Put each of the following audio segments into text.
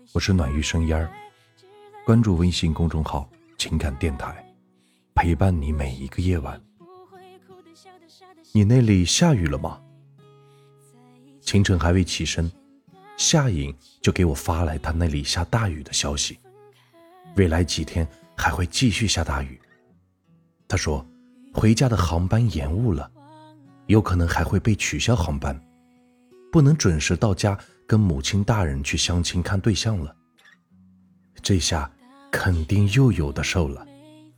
我是暖玉生烟儿，关注微信公众号情感电台，陪伴你每一个夜晚。你那里下雨了吗？清晨还未起身，夏颖就给我发来他那里下大雨的消息，未来几天还会继续下大雨。他说回家的航班延误了，有可能还会被取消航班，不能准时到家跟母亲大人去相亲看对象了。这下肯定又有的受了。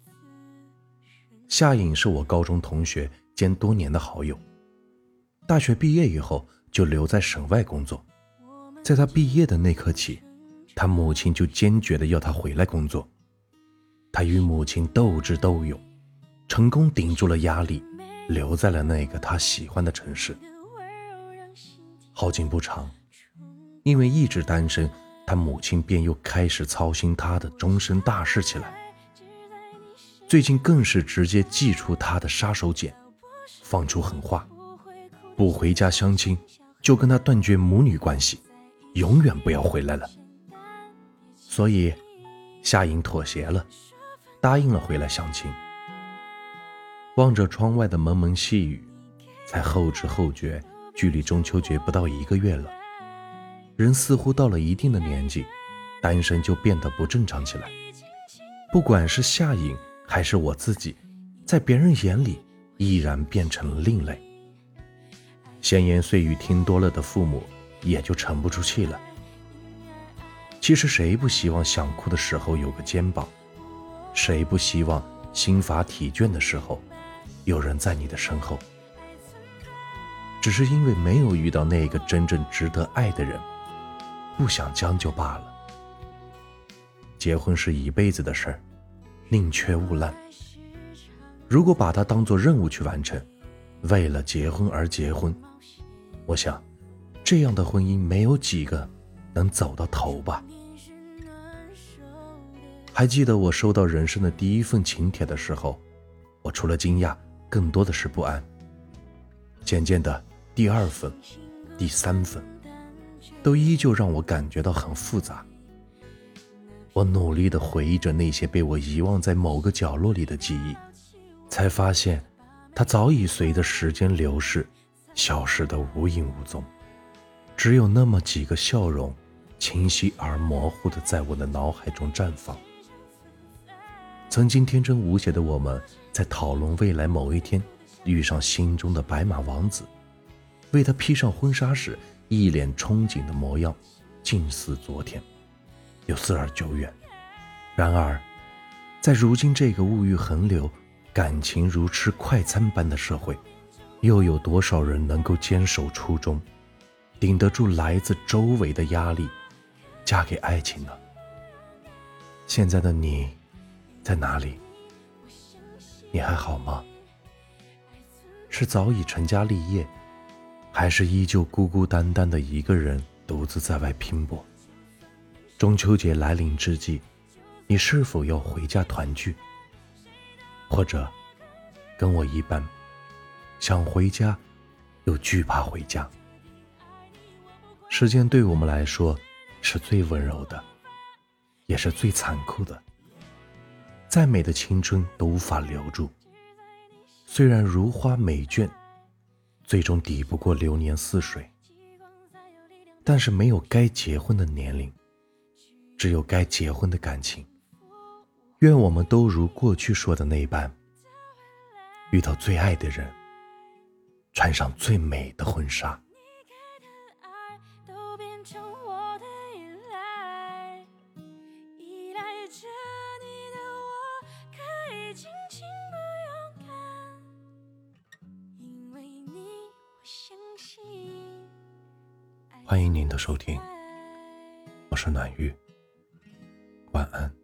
夏颖是我高中同学兼多年的好友，大学毕业以后就留在省外工作。在他毕业的那刻起，他母亲就坚决地要他回来工作。他与母亲斗智斗勇，成功顶住了压力，留在了那个他喜欢的城市。好景不长，因为一直单身，他母亲便又开始操心他的终身大事起来。最近更是直接祭出他的杀手锏，放出狠话，不回家相亲就跟他断绝母女关系，永远不要回来了。所以夏颖妥协了，答应了回来相亲。望着窗外的蒙蒙细雨，才后知后觉，距离中秋节不到1个月了。人似乎到了一定的年纪，单身就变得不正常起来。不管是夏颖还是我自己，在别人眼里依然变成了另类。闲言碎语听多了的父母也就沉不住气了。其实谁不希望想哭的时候有个肩膀，谁不希望心乏体倦的时候有人在你的身后。只是因为没有遇到那个真正值得爱的人，不想将就罢了。结婚是一辈子的事儿，宁缺毋滥。如果把它当作任务去完成，为了结婚而结婚，我想这样的婚姻没有几个能走到头吧。还记得我收到人生的第一份请帖的时候，我除了惊讶，更多的是不安。渐渐的，第2份、第3份都依旧让我感觉到很复杂。我努力地回忆着那些被我遗忘在某个角落里的记忆，才发现它早已随着时间流逝消失得无影无踪，只有那么几个笑容清晰而模糊地在我的脑海中绽放。曾经天真无邪的我们，在讨论未来某一天遇上心中的白马王子，为他披上婚纱时一脸憧憬的模样，近似昨天，又似而久远。然而在如今这个物欲横流，感情如吃快餐般的社会，又有多少人能够坚守初衷，顶得住来自周围的压力，嫁给爱情呢？现在的你在哪里？你还好吗？是早已成家立业，还是依旧孤孤单单的一个人独自在外拼搏？中秋节来临之际，你是否要回家团聚？或者跟我一般，想回家又惧怕回家？时间对我们来说是最温柔的，也是最残酷的。再美的青春都无法留住，虽然如花美眷，最终抵不过流年似水。但是没有该结婚的年龄，只有该结婚的感情。愿我们都如过去说的那般，遇到最爱的人，穿上最美的婚纱。欢迎您的收听，我是暖玉，晚安。